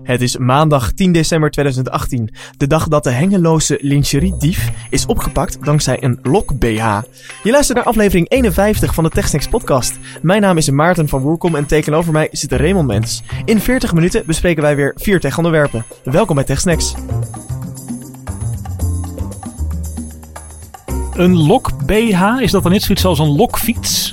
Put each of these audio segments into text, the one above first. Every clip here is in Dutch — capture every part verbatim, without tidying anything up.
Het is maandag tien december tweeduizend achttien, de dag dat de Hengeloze lingeriedief is opgepakt dankzij een lok-B H. Je luistert naar aflevering eenenvijftig van de TechSnacks podcast. Mijn naam is Maarten van Woerkom en tegenover mij zit Raymond Mens. In veertig minuten bespreken wij weer vier tech-onderwerpen. Welkom bij TechSnacks. Een lok-B H, is dat dan net zoiets als een lokfiets?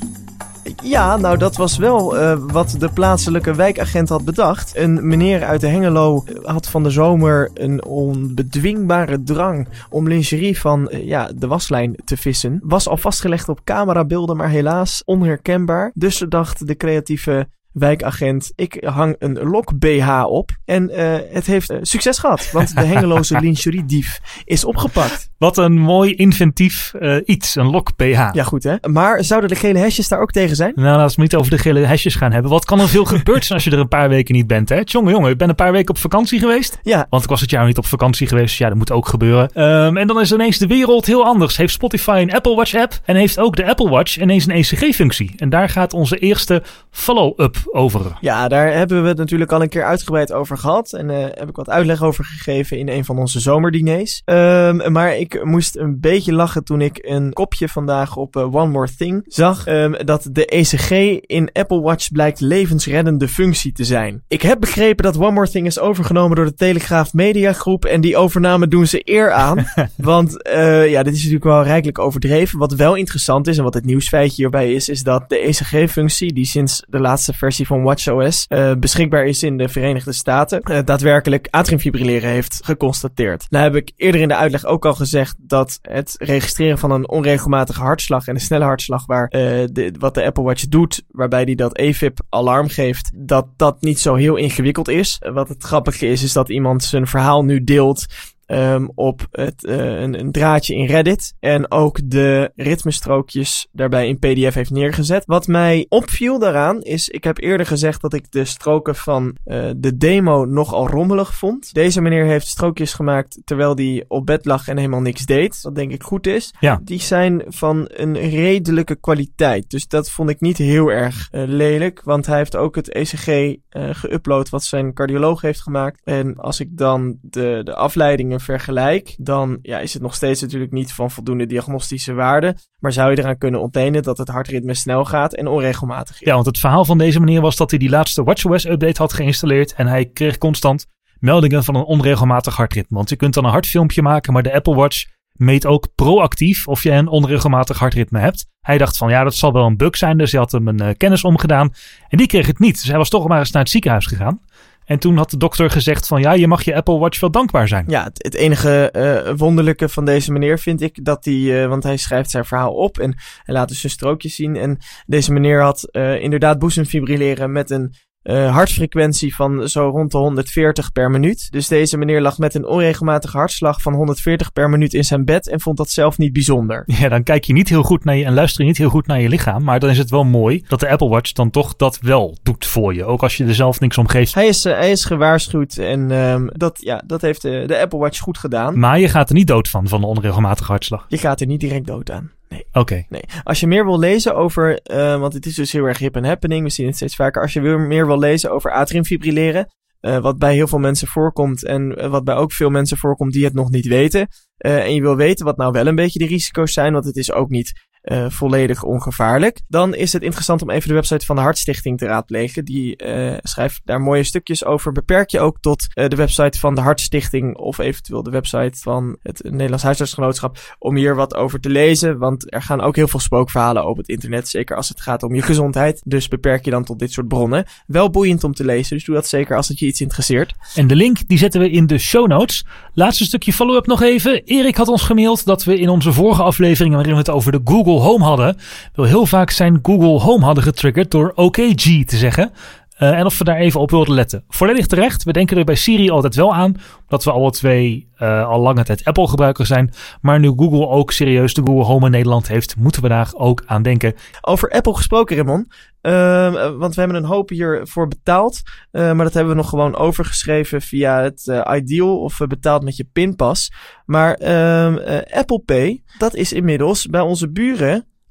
Ja, nou dat was wel uh, wat de plaatselijke wijkagent had bedacht. Een meneer uit de Hengelo had van de zomer een onbedwingbare drang om lingerie van uh, ja, de waslijn te vissen. Was al vastgelegd op camerabeelden, maar helaas onherkenbaar. Dus dacht de creatieve wijkagent, ik hang een lok-B H op. En uh, het heeft uh, succes gehad, want de Hengeloze lingeriedief is opgepakt. Wat een mooi inventief uh, iets, een lok-B H. Ja, goed hè. Maar zouden de gele hesjes daar ook tegen zijn? Nou, laten we het niet over de gele hesjes gaan hebben. Wat kan er veel gebeurd zijn als je er een paar weken niet bent, hè? Tjonge, jongen, ik ben een paar weken op vakantie geweest. Ja. Want ik was het jaar niet op vakantie geweest, dus ja, dat moet ook gebeuren. Um, en dan is ineens de wereld heel anders. Heeft Spotify een Apple Watch app en heeft ook de Apple Watch ineens een E C G-functie. En daar gaat onze eerste follow-up over. Ja, daar hebben we het natuurlijk al een keer uitgebreid over gehad. En uh, heb ik wat uitleg over gegeven in een van onze zomerdiners. Um, maar ik moest een beetje lachen toen ik een kopje vandaag op uh, One More Thing zag. Um, dat de E C G in Apple Watch blijkt levensreddende functie te zijn. Ik heb begrepen dat One More Thing is overgenomen door de Telegraaf Media Groep. En die overname doen ze eer aan. Want uh, ja, dit is natuurlijk wel rijkelijk overdreven. Wat wel interessant is en wat het nieuwsfeitje hierbij is, is dat de E C G-functie, die sinds de laatste versie van WatchOS uh, beschikbaar is in de Verenigde Staten, uh, daadwerkelijk atriumfibrilleren heeft geconstateerd. Nou heb ik eerder in de uitleg ook al gezegd dat het registreren van een onregelmatige hartslag en een snelle hartslag, waar uh, de, wat de Apple Watch doet, waarbij die dat A F I B-alarm geeft, dat dat niet zo heel ingewikkeld is. Uh, wat het grappige is, is dat iemand zijn verhaal nu deelt Um, op het, uh, een, een draadje in Reddit. En ook de ritmestrookjes daarbij in P D F heeft neergezet. Wat mij opviel daaraan is, ik heb eerder gezegd dat ik de stroken van uh, de demo nogal rommelig vond. Deze meneer heeft strookjes gemaakt terwijl hij op bed lag en helemaal niks deed. Wat denk ik goed is. Ja. Die zijn van een redelijke kwaliteit. Dus dat vond ik niet heel erg uh, lelijk. Want hij heeft ook het E C G uh, geüpload wat zijn cardioloog heeft gemaakt. En als ik dan de, de afleidingen vergelijk, dan ja, is het nog steeds natuurlijk niet van voldoende diagnostische waarde. Maar zou je eraan kunnen ontlenen dat het hartritme snel gaat en onregelmatig is. Ja, want het verhaal van deze meneer was dat hij die laatste WatchOS-update had geïnstalleerd en hij kreeg constant meldingen van een onregelmatig hartritme. Want je kunt dan een hartfilmpje maken, maar de Apple Watch meet ook proactief of je een onregelmatig hartritme hebt. Hij dacht van ja, dat zal wel een bug zijn, dus hij had hem een uh, kennis omgedaan en die kreeg het niet. Dus hij was toch maar eens naar het ziekenhuis gegaan. En toen had de dokter gezegd van ja, je mag je Apple Watch wel dankbaar zijn. Ja, het, het enige uh, wonderlijke van deze meneer vind ik dat hij, uh, want hij schrijft zijn verhaal op en hij laat dus zijn strookjes zien. En deze meneer had uh, inderdaad boezemfibrilleren met een Uh, hartfrequentie van zo rond de honderdveertig per minuut. Dus deze meneer lag met een onregelmatige hartslag van honderdveertig per minuut in zijn bed en vond dat zelf niet bijzonder. Ja, dan kijk je niet heel goed naar je en luister je niet heel goed naar je lichaam. Maar dan is het wel mooi dat de Apple Watch dan toch dat wel doet voor je. Ook als je er zelf niks om geeft. Hij is, uh, hij is gewaarschuwd en um, dat, ja, dat heeft de, de Apple Watch goed gedaan. Maar je gaat er niet dood van, van de onregelmatige hartslag. Je gaat er niet direct dood aan. Nee. Oké. Okay. Nee. Als je meer wil lezen over, uh, want het is dus heel erg hip en happening, we zien het steeds vaker. Als je weer meer wil lezen over atriumfibrilleren, uh, wat bij heel veel mensen voorkomt en uh, wat bij ook veel mensen voorkomt die het nog niet weten. Uh, en je wil weten wat nou wel een beetje de risico's zijn, want het is ook niet Uh, volledig ongevaarlijk. Dan is het interessant om even de website van de Hartstichting te raadplegen. Die uh, schrijft daar mooie stukjes over. Beperk je ook tot uh, de website van de Hartstichting of eventueel de website van het Nederlands Huisartsgenootschap om hier wat over te lezen. Want er gaan ook heel veel spookverhalen op het internet. Zeker als het gaat om je gezondheid. Dus beperk je dan tot dit soort bronnen. Wel boeiend om te lezen. Dus doe dat zeker als het je iets interesseert. En de link die zetten we in de show notes. Laatste stukje follow-up nog even. Erik had ons gemaild dat we in onze vorige afleveringen waarin we het over de Google Home hadden, wel heel vaak zijn Google Home hadden getriggerd door O K G te zeggen. Uh, en of we daar even op wilden letten. Volledig terecht. We denken er bij Siri altijd wel aan. Omdat we alle twee uh, al lange tijd Apple gebruikers zijn. Maar nu Google ook serieus de Google Home in Nederland heeft, moeten we daar ook aan denken. Over Apple gesproken, Raymond. Uh, want we hebben een hoop hiervoor betaald. Uh, maar dat hebben we nog gewoon overgeschreven via het uh, Ideal of uh, betaald met je pinpas. Maar uh, uh, Apple Pay, dat is inmiddels bij onze buren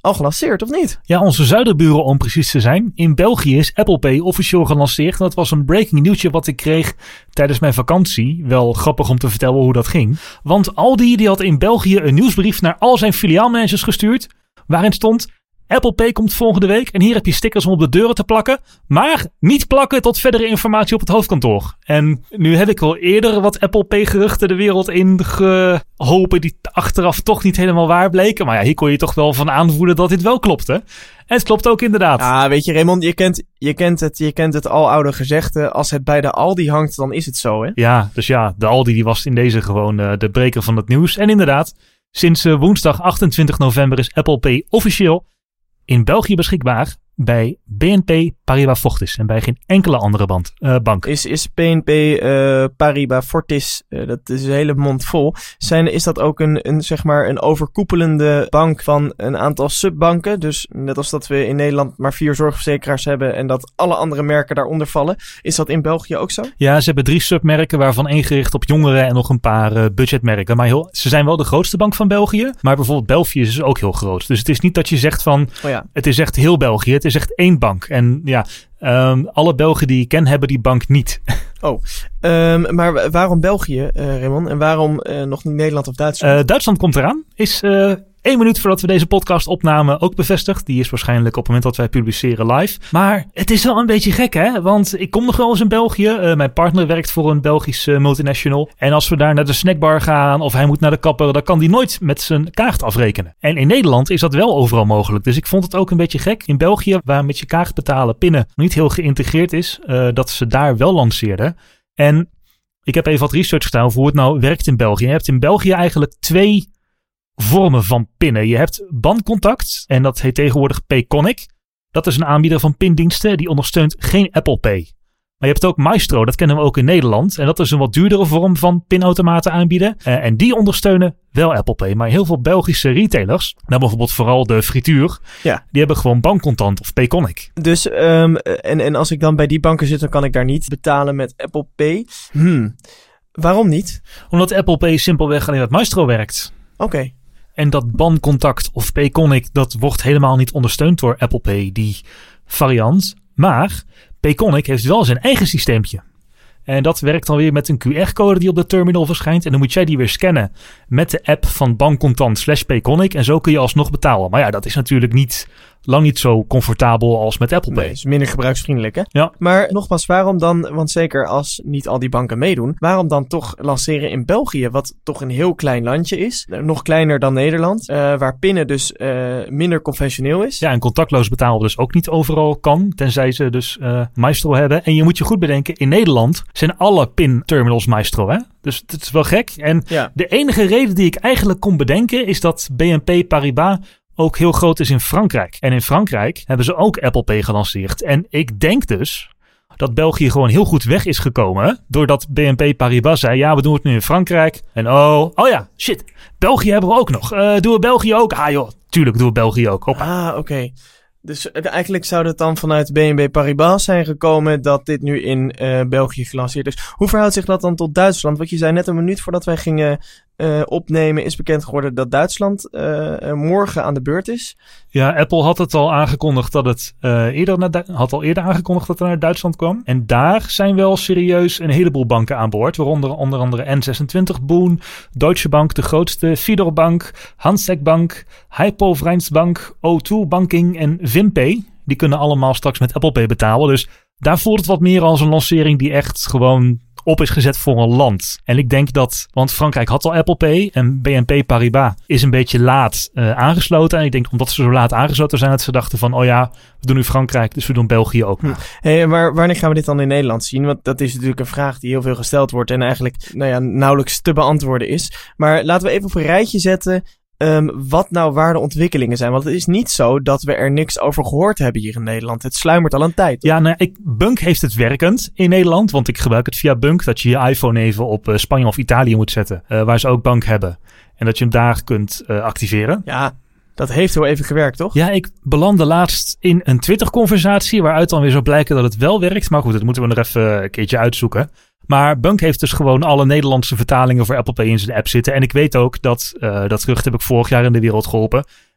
al gelanceerd, of niet? Ja, onze zuiderburen om precies te zijn. In België is Apple Pay officieel gelanceerd. En dat was een breaking nieuwtje wat ik kreeg tijdens mijn vakantie. Wel grappig om te vertellen hoe dat ging. Want Aldi die had in België een nieuwsbrief naar al zijn filiaalmanagers gestuurd. Waarin stond: Apple Pay komt volgende week en hier heb je stickers om op de deuren te plakken. Maar niet plakken tot verdere informatie op het hoofdkantoor. En nu heb ik al eerder wat Apple Pay geruchten de wereld in geholpen die achteraf toch niet helemaal waar bleken. Maar ja, hier kon je toch wel van aanvoelen dat dit wel klopte. En het klopt ook inderdaad. Ja, weet je Raymond, je kent, je kent het, je kent het aloude gezegde. Als het bij de Aldi hangt, dan is het zo, hè? Ja, dus ja, de Aldi die was in deze gewoon uh, de breker van het nieuws. En inderdaad, sinds uh, woensdag achtentwintig november is Apple Pay officieel in België beschikbaar bij B N P Paribas Fortis en bij geen enkele andere band, uh, bank. Is, is B N P uh, Paribas Fortis, uh, dat is een hele mond vol. Zijn, is dat ook een, een, zeg maar een overkoepelende bank van een aantal subbanken? Dus net als dat we in Nederland maar vier zorgverzekeraars hebben en dat alle andere merken daaronder vallen. Is dat in België ook zo? Ja, ze hebben drie submerken waarvan één gericht op jongeren en nog een paar uh, budgetmerken. Maar heel, ze zijn wel de grootste bank van België. Maar bijvoorbeeld België is dus ook heel groot. Dus het is niet dat je zegt van, oh ja. Het is echt heel België. Het is echt één bank. En ja, um, alle Belgen die ik ken hebben die bank niet. Oh, um, maar waarom België, uh, Raymond? En waarom uh, nog niet Nederland of Duitsland? Uh, Duitsland komt eraan. Is uh, één minuut voordat we deze podcast opnamen ook bevestigd. Die is waarschijnlijk op het moment dat wij publiceren live. Maar het is wel een beetje gek, hè? Want ik kom nog wel eens in België. Uh, mijn partner werkt voor een Belgische uh, multinational. En als we daar naar de snackbar gaan of hij moet naar de kapper, dan kan die nooit met zijn kaart afrekenen. En in Nederland is dat wel overal mogelijk. Dus ik vond het ook een beetje gek. In België, waar met je kaart betalen pinnen niet heel geïntegreerd is, uh, dat ze daar wel lanceerden. En ik heb even wat research gedaan over hoe het nou werkt in België. Je hebt in België eigenlijk twee vormen van pinnen. Je hebt bandcontact en dat heet tegenwoordig Payconic. Dat is een aanbieder van pindiensten. Die ondersteunt geen Apple Pay. Maar je hebt ook Maestro, dat kennen we ook in Nederland. En dat is een wat duurdere vorm van pinautomaten aanbieden. Uh, en die ondersteunen wel Apple Pay. Maar heel veel Belgische retailers, nou bijvoorbeeld vooral de frituur, ja. die hebben gewoon bankcontant of Payconic. Dus, um, en, en als ik dan bij die banken zit, dan kan ik daar niet betalen met Apple Pay. Hmm. Waarom niet? Omdat Apple Pay simpelweg alleen met Maestro werkt. Oké. Okay. En dat bandcontact of Payconic, dat wordt helemaal niet ondersteund door Apple Pay, die variant. Maar Payconic heeft wel zijn eigen systeempje. En dat werkt dan weer met een Q R-code die op de terminal verschijnt. En dan moet jij die weer scannen met de app van bankcontant slash Payconic. En zo kun je alsnog betalen. Maar ja, dat is natuurlijk niet, lang niet zo comfortabel als met Apple Pay. Nee, is minder gebruiksvriendelijk, hè? Ja. Maar nogmaals, waarom dan, want zeker als niet al die banken meedoen, waarom dan toch lanceren in België, wat toch een heel klein landje is, nog kleiner dan Nederland, uh, waar pinnen dus uh, minder conventioneel is. Ja, en contactloos betalen dus ook niet overal kan, tenzij ze dus uh, Maestro hebben. En je moet je goed bedenken, in Nederland zijn alle pinterminals Maestro, hè? Dus het is wel gek. En ja. De enige reden die ik eigenlijk kon bedenken is dat B N P Paribas ook heel groot is in Frankrijk. En in Frankrijk hebben ze ook Apple Pay gelanceerd. En ik denk dus dat België gewoon heel goed weg is gekomen, doordat B N P Paribas zei, ja, we doen het nu in Frankrijk. En oh, oh ja, shit, België hebben we ook nog. Uh, doen we België ook? Ah joh, tuurlijk doen we België ook. Hoppa. Ah, oké. Okay. Dus eigenlijk zou het dan vanuit B N P Paribas zijn gekomen dat dit nu in uh, België gelanceerd is. Hoe verhoudt zich dat dan tot Duitsland? Want je zei net een minuut voordat wij gingen uh, opnemen is bekend geworden dat Duitsland uh, morgen aan de beurt is. Ja, Apple had het al aangekondigd dat het uh, eerder naar Du- had al eerder aangekondigd dat het naar Duitsland kwam. En daar zijn wel serieus een heleboel banken aan boord. Waaronder onder andere N zesentwintig, Boon, Deutsche Bank, de grootste, Fidor Bank, Hansek Bank, Hypo Vereinsbank, O twee Banking en Vimpay. Die kunnen allemaal straks met Apple Pay betalen. Dus daar voelt het wat meer als een lancering die echt gewoon op is gezet voor een land. En ik denk dat, want Frankrijk had al Apple Pay en B N P Paribas is een beetje laat uh, aangesloten. En ik denk omdat ze zo laat aangesloten zijn dat ze dachten van, oh ja, we doen nu Frankrijk, dus we doen België ook. Hm. Hey, maar wanneer gaan we dit dan in Nederland zien? Want dat is natuurlijk een vraag die heel veel gesteld wordt en eigenlijk nou ja, nauwelijks te beantwoorden is. Maar laten we even op een rijtje zetten Um, wat nou waar de ontwikkelingen zijn. Want het is niet zo dat we er niks over gehoord hebben hier in Nederland. Het sluimert al een tijd. Ja, nou, ik, Bunk heeft het werkend in Nederland. Want ik gebruik het via Bunk. Dat je je iPhone even op uh, Spanje of Italië moet zetten. Uh, waar ze ook Bunk hebben. En dat je hem daar kunt uh, activeren. Ja, dat heeft wel even gewerkt, toch? Ja, ik belandde laatst in een Twitter-conversatie. Waaruit dan weer zou blijken dat het wel werkt. Maar goed, dat moeten we nog even een keertje uitzoeken. Maar Bunk heeft dus gewoon alle Nederlandse vertalingen voor Apple Pay in zijn app zitten. En ik weet ook dat, uh, dat gerucht heb ik vorig jaar in de wereld geholpen.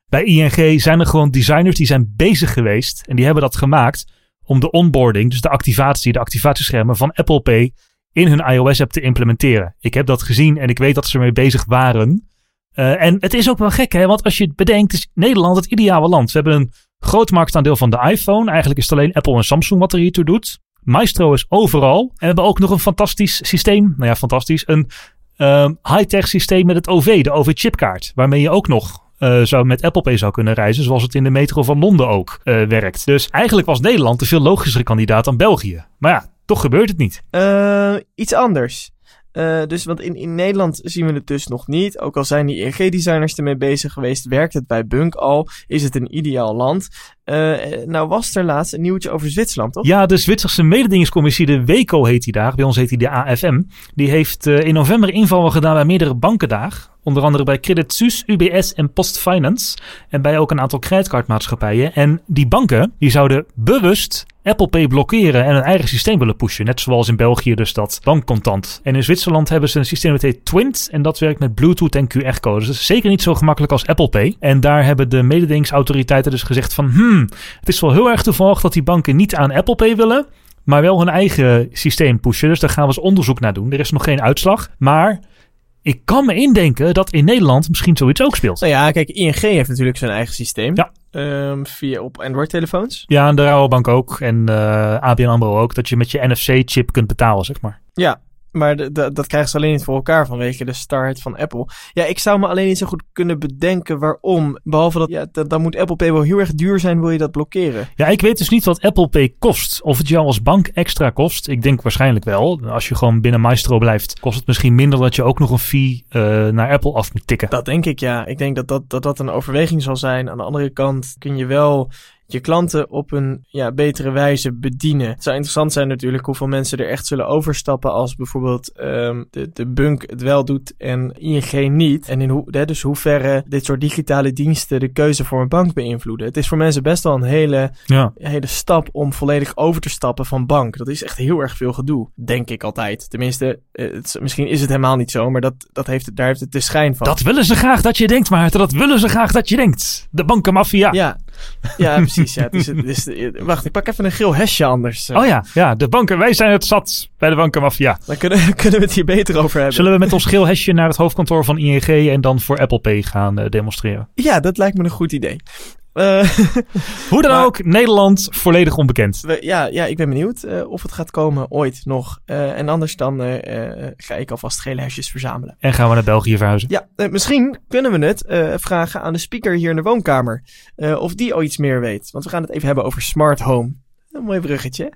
Bij I N G zijn er gewoon designers die zijn bezig geweest en die hebben dat gemaakt om de onboarding, dus de activatie, de activatieschermen van Apple Pay in hun iOS-app te implementeren. Ik heb dat gezien en ik weet dat ze ermee bezig waren. Uh, en het is ook wel gek, hè? Want als je het bedenkt, is Nederland het ideale land. Ze hebben een groot marktaandeel van de iPhone. Eigenlijk is het alleen Apple en Samsung wat er hiertoe doet. Maestro is overal. En we hebben ook nog een fantastisch systeem. Nou ja, fantastisch. Een uh, high-tech systeem met het O V, de O V-chipkaart. Waarmee je ook nog uh, zou met Apple Pay zou kunnen reizen. Zoals het in de metro van Londen ook uh, werkt. Dus eigenlijk was Nederland een veel logischere kandidaat dan België. Maar ja, toch gebeurt het niet. Uh, iets anders. Uh, dus, want in, in Nederland zien we het dus nog niet. Ook al zijn die I N G-designers ermee bezig geweest, werkt het bij Bunk al. Is het een ideaal land? Uh, nou was er laatst een nieuwtje over Zwitserland, toch? Ja, de Zwitserse mededingingscommissie, de WECO heet die daar. Bij ons heet die de A F M. Die heeft uh, in november invallen gedaan bij meerdere banken daar. Onder andere bij Credit Suisse, U B S en PostFinance. En bij ook een aantal creditcardmaatschappijen. En die banken, die zouden bewust Apple Pay blokkeren en een eigen systeem willen pushen. Net zoals in België dus dat bankcontant. En in Zwitserland hebben ze een systeem dat heet Twint. En dat werkt met Bluetooth en Q R-codes. Dus zeker niet zo gemakkelijk als Apple Pay. En daar hebben de mededingingsautoriteiten dus gezegd van... Hmm, het is wel heel erg toevallig dat die banken niet aan Apple Pay willen, maar wel hun eigen systeem pushen. Dus daar gaan we eens onderzoek naar doen. Er is nog geen uitslag, maar ik kan me indenken dat in Nederland misschien zoiets ook speelt. Nou ja, kijk, I N G heeft natuurlijk zijn eigen systeem. Ja. Um, via op Android-telefoons. Ja, en de Rabobank ook. En uh, A B N AMRO ook. Dat je met je N F C-chip kunt betalen, zeg maar. Ja, maar de, de, dat krijgen ze alleen niet voor elkaar vanwege de start van Apple. Ja, ik zou me alleen niet zo goed kunnen bedenken waarom. Behalve dat, ja, dat, dan moet Apple Pay wel heel erg duur zijn, wil je dat blokkeren. Ja, ik weet dus niet wat Apple Pay kost. Of het jou als bank extra kost. Ik denk waarschijnlijk wel. Als je gewoon binnen Maestro blijft, kost het misschien minder dat je ook nog een fee uh, naar Apple af moet tikken. Dat denk ik, ja. Ik denk dat dat, dat dat een overweging zal zijn. Aan de andere kant kun je wel je klanten op een ja, betere wijze bedienen. Het zou interessant zijn natuurlijk hoeveel mensen er echt zullen overstappen als bijvoorbeeld um, de, de Bunk het wel doet en I N G niet. En in hoe, hè, dus hoeverre dit soort digitale diensten de keuze voor een bank beïnvloeden. Het is voor mensen best wel een hele, ja. hele stap om volledig over te stappen van bank. Dat is echt heel erg veel gedoe, denk ik altijd. Tenminste, het, misschien is het helemaal niet zo, maar dat, dat heeft, daar heeft het de schijn van. Dat willen ze graag dat je denkt, Maarten. Dat willen ze graag dat je denkt. De bankenmafia. Ja, ja precies. Ja, het is, het is, wacht, ik pak even een geel hesje anders. Oh ja, ja, de banken, wij zijn het zat bij de bankenmafia. Dan kunnen, kunnen we het hier beter over hebben. Zullen we met ons geel hesje naar het hoofdkantoor van I N G en dan voor Apple Pay gaan uh, demonstreren? Ja, dat lijkt me een goed idee. Uh, Hoe dan maar, ook, Nederland volledig onbekend. We, ja, ja, ik ben benieuwd uh, of het gaat komen ooit nog. Uh, en anders dan uh, uh, ga ik alvast gele hesjes verzamelen. En gaan we naar België verhuizen. Ja, uh, misschien kunnen we het uh, vragen aan de speaker hier in de woonkamer. Uh, of die al iets meer weet. Want we gaan het even hebben over smart home. Een mooi bruggetje.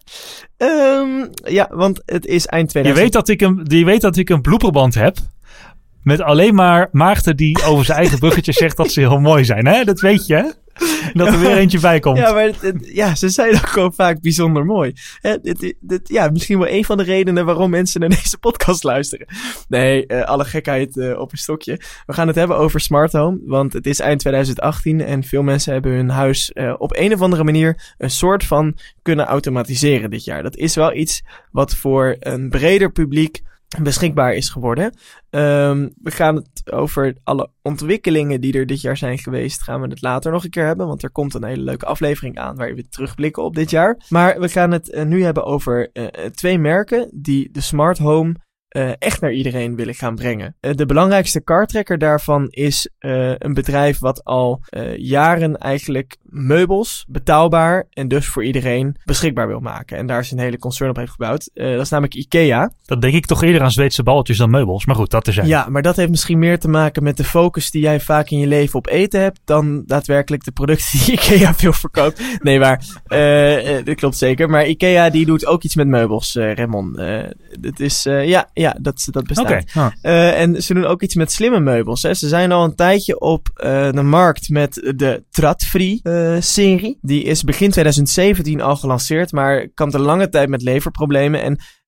Um, ja, want het is eind tweeduizend. Je weet dat ik een, je weet dat ik een blooperband heb. Met alleen maar Maarten die over zijn eigen bruggetje zegt dat ze heel mooi zijn. Hè? Dat weet je, hè? Dat er weer eentje bij komt. Ja, maar het, het, ja, ze zijn ook gewoon vaak bijzonder mooi. Hè, dit, dit, ja, misschien wel een van de redenen waarom mensen naar deze podcast luisteren. Nee, uh, alle gekheid uh, op een stokje. We gaan het hebben over smart home, want het is eind tweeduizend achttien en veel mensen hebben hun huis uh, op een of andere manier een soort van kunnen automatiseren dit jaar. Dat is wel iets wat voor een breder publiek beschikbaar is geworden. Um, we gaan het over alle ontwikkelingen die er dit jaar zijn geweest, gaan we het later nog een keer hebben, want er komt een hele leuke aflevering aan waar we terugblikken op dit jaar. Maar we gaan het uh, nu hebben over uh, twee merken die de smart home uh, echt naar iedereen willen gaan brengen. Uh, de belangrijkste kartrekker daarvan is uh, een bedrijf wat al uh, jaren eigenlijk meubels betaalbaar en dus voor iedereen beschikbaar wil maken. En daar is een hele concern op heeft gebouwd. Uh, dat is namelijk IKEA. Dat denk ik toch eerder aan Zweedse balletjes dan meubels. Maar goed, dat is er. Ja, maar dat heeft misschien meer te maken met de focus die jij vaak in je leven op eten hebt dan daadwerkelijk de producten die IKEA veel verkoopt. Nee, maar uh, uh, dat klopt zeker. Maar IKEA die doet ook iets met meubels, uh, Raymond. Uh, dat is, uh, ja, ja, dat, dat bestaat. Oké. Okay. Oh. Uh, en ze doen ook iets met slimme meubels. Hè. Ze zijn al een tijdje op uh, de markt met de Tradfri uh, serie. Die is begin tweeduizend zeventien al gelanceerd, maar kampt een lange tijd met leverproblemen. En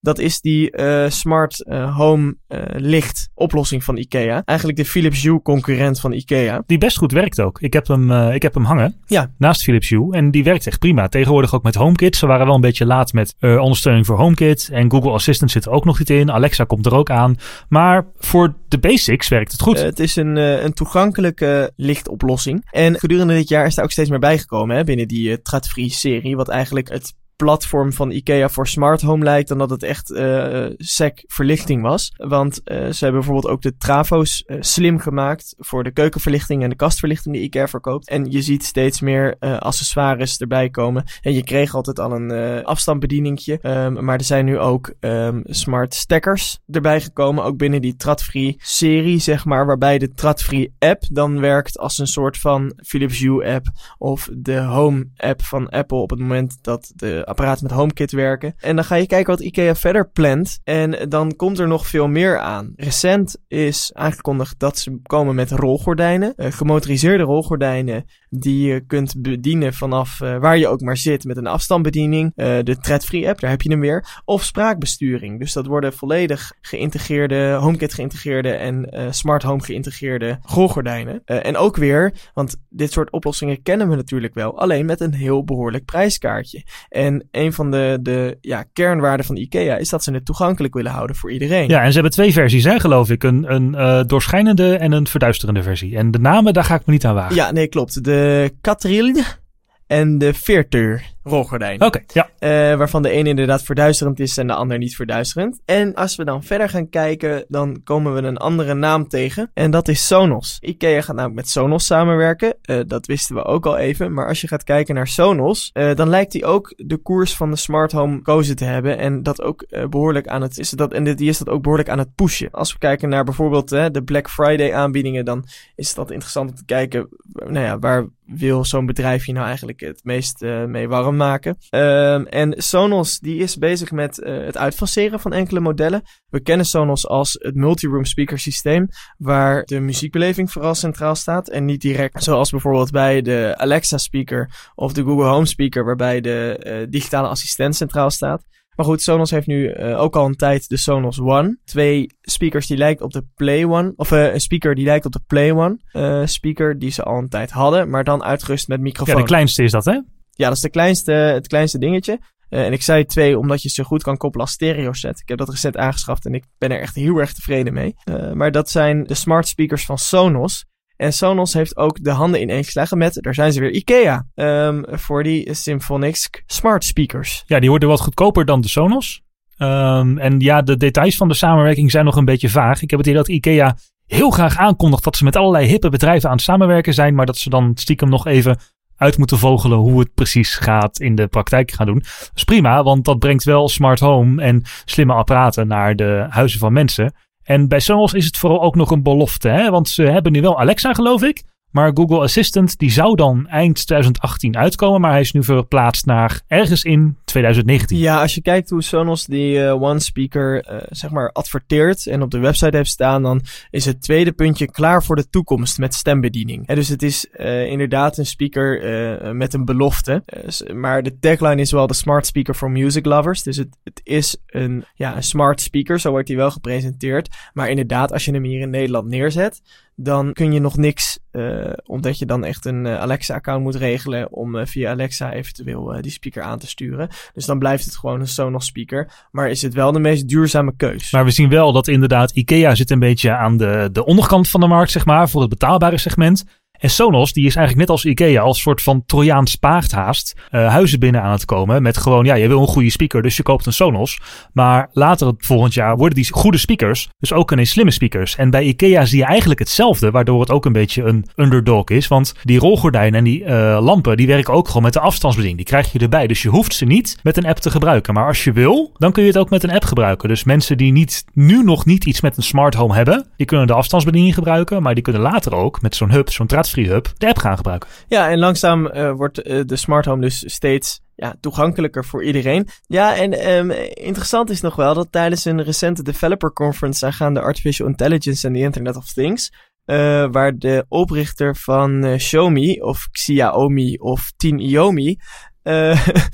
Dat is die uh, smart uh, home uh, licht oplossing van IKEA. Eigenlijk de Philips Hue concurrent van IKEA. Die best goed werkt ook. Ik heb hem, uh, ik heb hem hangen ja. naast Philips Hue en die werkt echt prima. Tegenwoordig ook met HomeKit. Ze waren wel een beetje laat met uh, ondersteuning voor HomeKit en Google Assistant zit er ook nog niet in. Alexa komt er ook aan. Maar voor de basics werkt het goed. Uh, het is een, uh, een toegankelijke lichtoplossing. En gedurende dit jaar is daar ook steeds meer bijgekomen hè, binnen die uh, Tradfri serie. Wat eigenlijk het platform van IKEA voor smart home lijkt dan dat het echt uh, sec verlichting was. Want uh, ze hebben bijvoorbeeld ook de trafo's uh, slim gemaakt voor de keukenverlichting en de kastverlichting die IKEA verkoopt. En je ziet steeds meer uh, accessoires erbij komen. En je kreeg altijd al een uh, afstandsbedieningje. Um, maar er zijn nu ook um, smart stekkers erbij gekomen. Ook binnen die Tradfri serie, zeg maar. Waarbij de Tradfri app dan werkt als een soort van Philips Hue app. Of de Home app van Apple op het moment dat de apparaten met HomeKit werken. En dan ga je kijken wat IKEA verder plant. En dan komt er nog veel meer aan. Recent is aangekondigd dat ze komen met rolgordijnen. Uh, gemotoriseerde rolgordijnen die je kunt bedienen vanaf uh, waar je ook maar zit met een afstandsbediening. Uh, de Tradfri app, daar heb je hem weer. Of spraakbesturing. Dus dat worden volledig geïntegreerde, HomeKit geïntegreerde en uh, smart home geïntegreerde rolgordijnen. Uh, en ook weer, want dit soort oplossingen kennen we natuurlijk wel, alleen met een heel behoorlijk prijskaartje. En een van de, de ja, kernwaarden van IKEA is dat ze het toegankelijk willen houden voor iedereen. Ja, en ze hebben twee versies, hè, geloof ik. Een, een uh, doorschijnende en een verduisterende versie. En de namen, daar ga ik me niet aan wagen. Ja, nee, klopt. De Katril en de Veerteur rolgordijn. Oké, okay, ja. Uh, waarvan de ene inderdaad verduisterend is en de ander niet verduisterend. En als we dan verder gaan kijken, dan komen we een andere naam tegen. En dat is Sonos. IKEA gaat namelijk met Sonos samenwerken. Uh, dat wisten we ook al even. Maar als je gaat kijken naar Sonos, uh, dan lijkt die ook de koers van de smart home gekozen te hebben. En dat ook uh, behoorlijk aan het is dat en die is dat ook behoorlijk aan het pushen. Als we kijken naar bijvoorbeeld uh, de Black Friday aanbiedingen, dan is dat interessant om te kijken, nou ja, waar wil zo'n bedrijfje nou eigenlijk het meest uh, mee warm maken. Um, en Sonos die is bezig met uh, het uitfaseren van enkele modellen. We kennen Sonos als het multi-room speaker systeem, waar de muziekbeleving vooral centraal staat en niet direct zoals bijvoorbeeld bij de Alexa speaker of de Google Home speaker, waarbij de uh, digitale assistent centraal staat. Maar goed, Sonos heeft nu uh, ook al een tijd de Sonos One. Twee speakers die lijken op de Play One. Of uh, een speaker die lijkt op de Play One uh, speaker die ze al een tijd hadden, maar dan uitgerust met microfoon. Ja, de kleinste is dat, hè? Ja, dat is de kleinste, het kleinste dingetje. Uh, en ik zei twee omdat je ze goed kan koppelen als stereo set. Ik heb dat recent aangeschaft en ik ben er echt heel erg tevreden mee. Uh, maar dat zijn de smart speakers van Sonos. En Sonos heeft ook de handen ineengeslagen met, daar zijn ze weer, IKEA. Um, voor die Symphonics smart speakers. Ja, die worden wat goedkoper dan de Sonos. Um, en ja, de details van de samenwerking zijn nog een beetje vaag. Ik heb het idee dat IKEA heel graag aankondigt dat ze met allerlei hippe bedrijven aan het samenwerken zijn, maar dat ze dan stiekem nog even uit moeten vogelen hoe het precies gaat in de praktijk gaan doen. Dat is prima, want dat brengt wel smart home en slimme apparaten naar de huizen van mensen. En bij Sonos is het vooral ook nog een belofte, hè? Want ze hebben nu wel Alexa, geloof ik. Maar Google Assistant, die zou dan eind twintig achttien uitkomen. Maar hij is nu verplaatst naar ergens in twintig negentien. Ja, als je kijkt hoe Sonos die uh, One Speaker uh, zeg maar adverteert en op de website heeft staan, dan is het tweede puntje klaar voor de toekomst met stembediening. En dus het is uh, inderdaad een speaker uh, met een belofte. Uh, maar de tagline is wel de smart speaker for music lovers. Dus het, het is een, ja, een smart speaker, zo wordt hij wel gepresenteerd. Maar inderdaad, als je hem hier in Nederland neerzet, dan kun je nog niks, uh, omdat je dan echt een uh, Alexa-account moet regelen om uh, via Alexa eventueel uh, die speaker aan te sturen. Dus dan blijft het gewoon een Sonos speaker. Maar is het wel de meest duurzame keus. Maar we zien wel dat inderdaad IKEA zit een beetje aan de, de onderkant van de markt, zeg maar, voor het betaalbare segment. En Sonos, die is eigenlijk net als IKEA als soort van Trojaans paard haast uh, huizen binnen aan het komen. Met gewoon, ja, je wil een goede speaker, dus je koopt een Sonos. Maar later het volgend jaar worden die goede speakers dus ook ineens slimme speakers. En bij IKEA zie je eigenlijk hetzelfde, waardoor het ook een beetje een underdog is. Want die rolgordijnen en die uh, lampen, die werken ook gewoon met de afstandsbediening. Die krijg je erbij, dus je hoeft ze niet met een app te gebruiken. Maar als je wil, dan kun je het ook met een app gebruiken. Dus mensen die niet, nu nog niet iets met een smart home hebben, die kunnen de afstandsbediening gebruiken. Maar die kunnen later ook met zo'n hub, zo'n Tradfri hub, de app gaan gebruiken. Ja, en langzaam uh, wordt uh, de smart home dus steeds ja, toegankelijker voor iedereen. Ja, en um, interessant is nog wel dat tijdens een recente developer conference aangaande Artificial Intelligence en the Internet of Things, uh, waar de oprichter van uh, Xiaomi of Xiaomi of Tien Iomi Uh,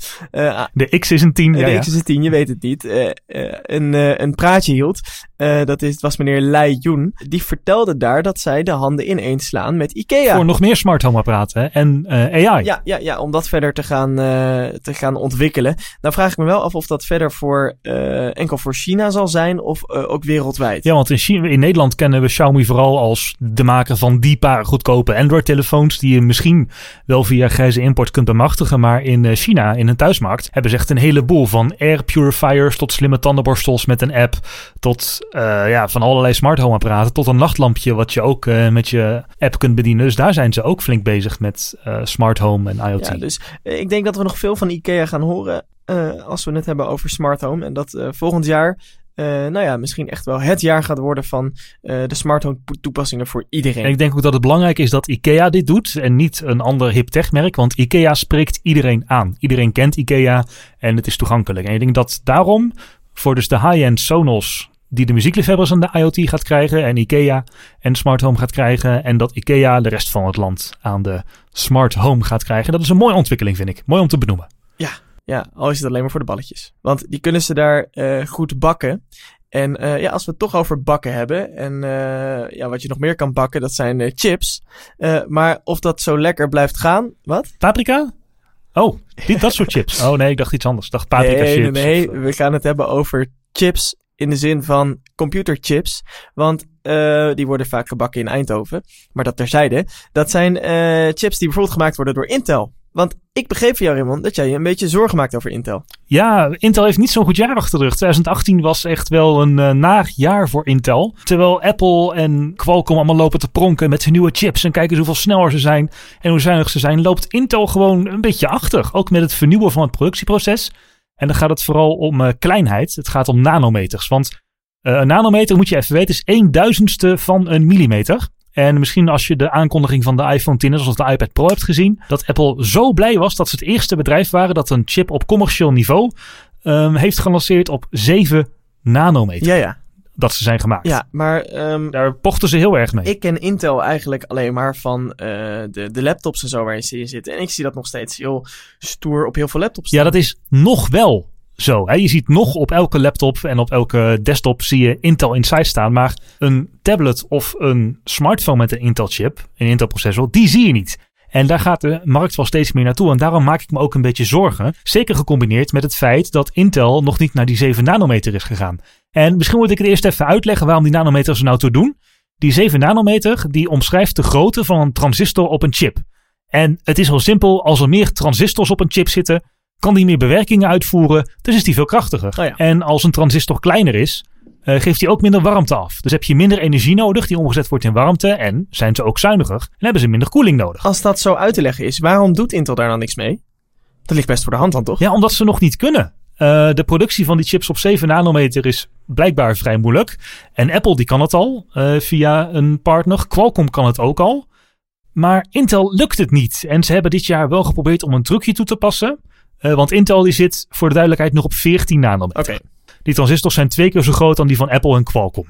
uh, de X is een tien. De ja, X ja. is een tien, je weet het niet. Uh, uh, een, uh, een praatje hield. Uh, dat is, het was meneer Lei Jun. Die vertelde daar dat zij de handen ineens slaan met IKEA. Voor nog meer smart home apparaten en uh, A I. Ja, ja, ja, om dat verder te gaan, uh, te gaan ontwikkelen. Nou vraag ik me wel af of dat verder voor uh, enkel voor China zal zijn of uh, ook wereldwijd. Ja, want in, China, in Nederland kennen we Xiaomi vooral als de maker van die paar goedkope Android-telefoons die je misschien wel via grijze import kunt bemachtigen. Maar in China, in een thuismarkt, hebben ze echt een heleboel van air purifiers tot slimme tandenborstels met een app, tot uh, ja, van allerlei smart home apparaten, tot een nachtlampje wat je ook uh, met je app kunt bedienen. Dus daar zijn ze ook flink bezig met uh, smart home en IoT. Ja, dus uh, ik denk dat we nog veel van IKEA gaan horen uh, als we het hebben over smart home. En dat uh, volgend jaar Uh, nou ja, misschien echt wel het jaar gaat worden van uh, de smart home toepassingen voor iedereen. En ik denk ook dat het belangrijk is dat IKEA dit doet en niet een ander hip techmerk, want IKEA spreekt iedereen aan. Iedereen kent IKEA en het is toegankelijk. En ik denk dat daarom voor dus de high-end Sonos die de muziekliefhebbers aan de IoT gaat krijgen en IKEA en smart home gaat krijgen en dat IKEA de rest van het land aan de smart home gaat krijgen. Dat is een mooie ontwikkeling, vind ik. Mooi om te benoemen. Ja. Ja, al is het alleen maar voor de balletjes. Want die kunnen ze daar uh, goed bakken. En uh, ja, als we het toch over bakken hebben. En uh, ja, wat je nog meer kan bakken, dat zijn uh, chips. Uh, maar of dat zo lekker blijft gaan. Wat? Paprika? Oh, niet dat soort chips. Oh nee, ik dacht iets anders. Ik dacht paprika nee, chips. Nee, nee, of, uh... we gaan het hebben over chips in de zin van computerchips. Want uh, die worden vaak gebakken in Eindhoven. Maar dat terzijde. Dat zijn uh, chips die bijvoorbeeld gemaakt worden door Intel. Want ik begreep van jou, Raymond, dat jij je een beetje zorgen maakt over Intel. Ja, Intel heeft niet zo'n goed jaar achter de rug. twintig achttien was echt wel een uh, naar jaar voor Intel. Terwijl Apple en Qualcomm allemaal lopen te pronken met hun nieuwe chips. En kijken eens hoeveel sneller ze zijn en hoe zuinig ze zijn. Loopt Intel gewoon een beetje achter. Ook met het vernieuwen van het productieproces. En dan gaat het vooral om uh, kleinheid. Het gaat om nanometers. Want uh, een nanometer, moet je even weten, is een duizendste van een millimeter. En misschien als je de aankondiging van de iPhone tien, zoals de iPad Pro hebt gezien, dat Apple zo blij was dat ze het eerste bedrijf waren dat een chip op commercieel niveau um, heeft gelanceerd op zeven nanometer. Ja, ja. Dat ze zijn gemaakt. Ja, maar Um, daar pochten ze heel erg mee. Ik ken Intel eigenlijk alleen maar van uh, de, de laptops en zo waarin ze in zitten. En ik zie dat nog steeds heel stoer op heel veel laptops staan. Ja, dat is nog wel zo. Hè? Je ziet nog op elke laptop en op elke desktop zie je Intel Inside staan. Maar een tablet of een smartphone met een Intel chip, een Intel processor, die zie je niet. En daar gaat de markt wel steeds meer naartoe. En daarom maak ik me ook een beetje zorgen. Zeker gecombineerd met het feit dat Intel nog niet naar die zeven nanometer is gegaan. En misschien moet ik het eerst even uitleggen waarom die nanometers er nou toe doen. Die zeven nanometer die omschrijft de grootte van een transistor op een chip. En het is heel simpel, als er meer transistors op een chip zitten, kan die meer bewerkingen uitvoeren, dus is die veel krachtiger. Oh ja. En als een transistor kleiner is, uh, geeft die ook minder warmte af. Dus heb je minder energie nodig die omgezet wordt in warmte en zijn ze ook zuiniger en hebben ze minder koeling nodig. Als dat zo uit te leggen is, waarom doet Intel daar dan niks mee? Dat ligt best voor de hand dan, toch? Ja, omdat ze nog niet kunnen. Uh, de productie van die chips op zeven nanometer is blijkbaar vrij moeilijk. En Apple die kan het al uh, via een partner. Qualcomm kan het ook al. Maar Intel lukt het niet. En ze hebben dit jaar wel geprobeerd om een trucje toe te passen. Uh, want Intel die zit voor de duidelijkheid nog op veertien nanometer. Oké. Okay. Die transistors zijn twee keer zo groot dan die van Apple en Qualcomm.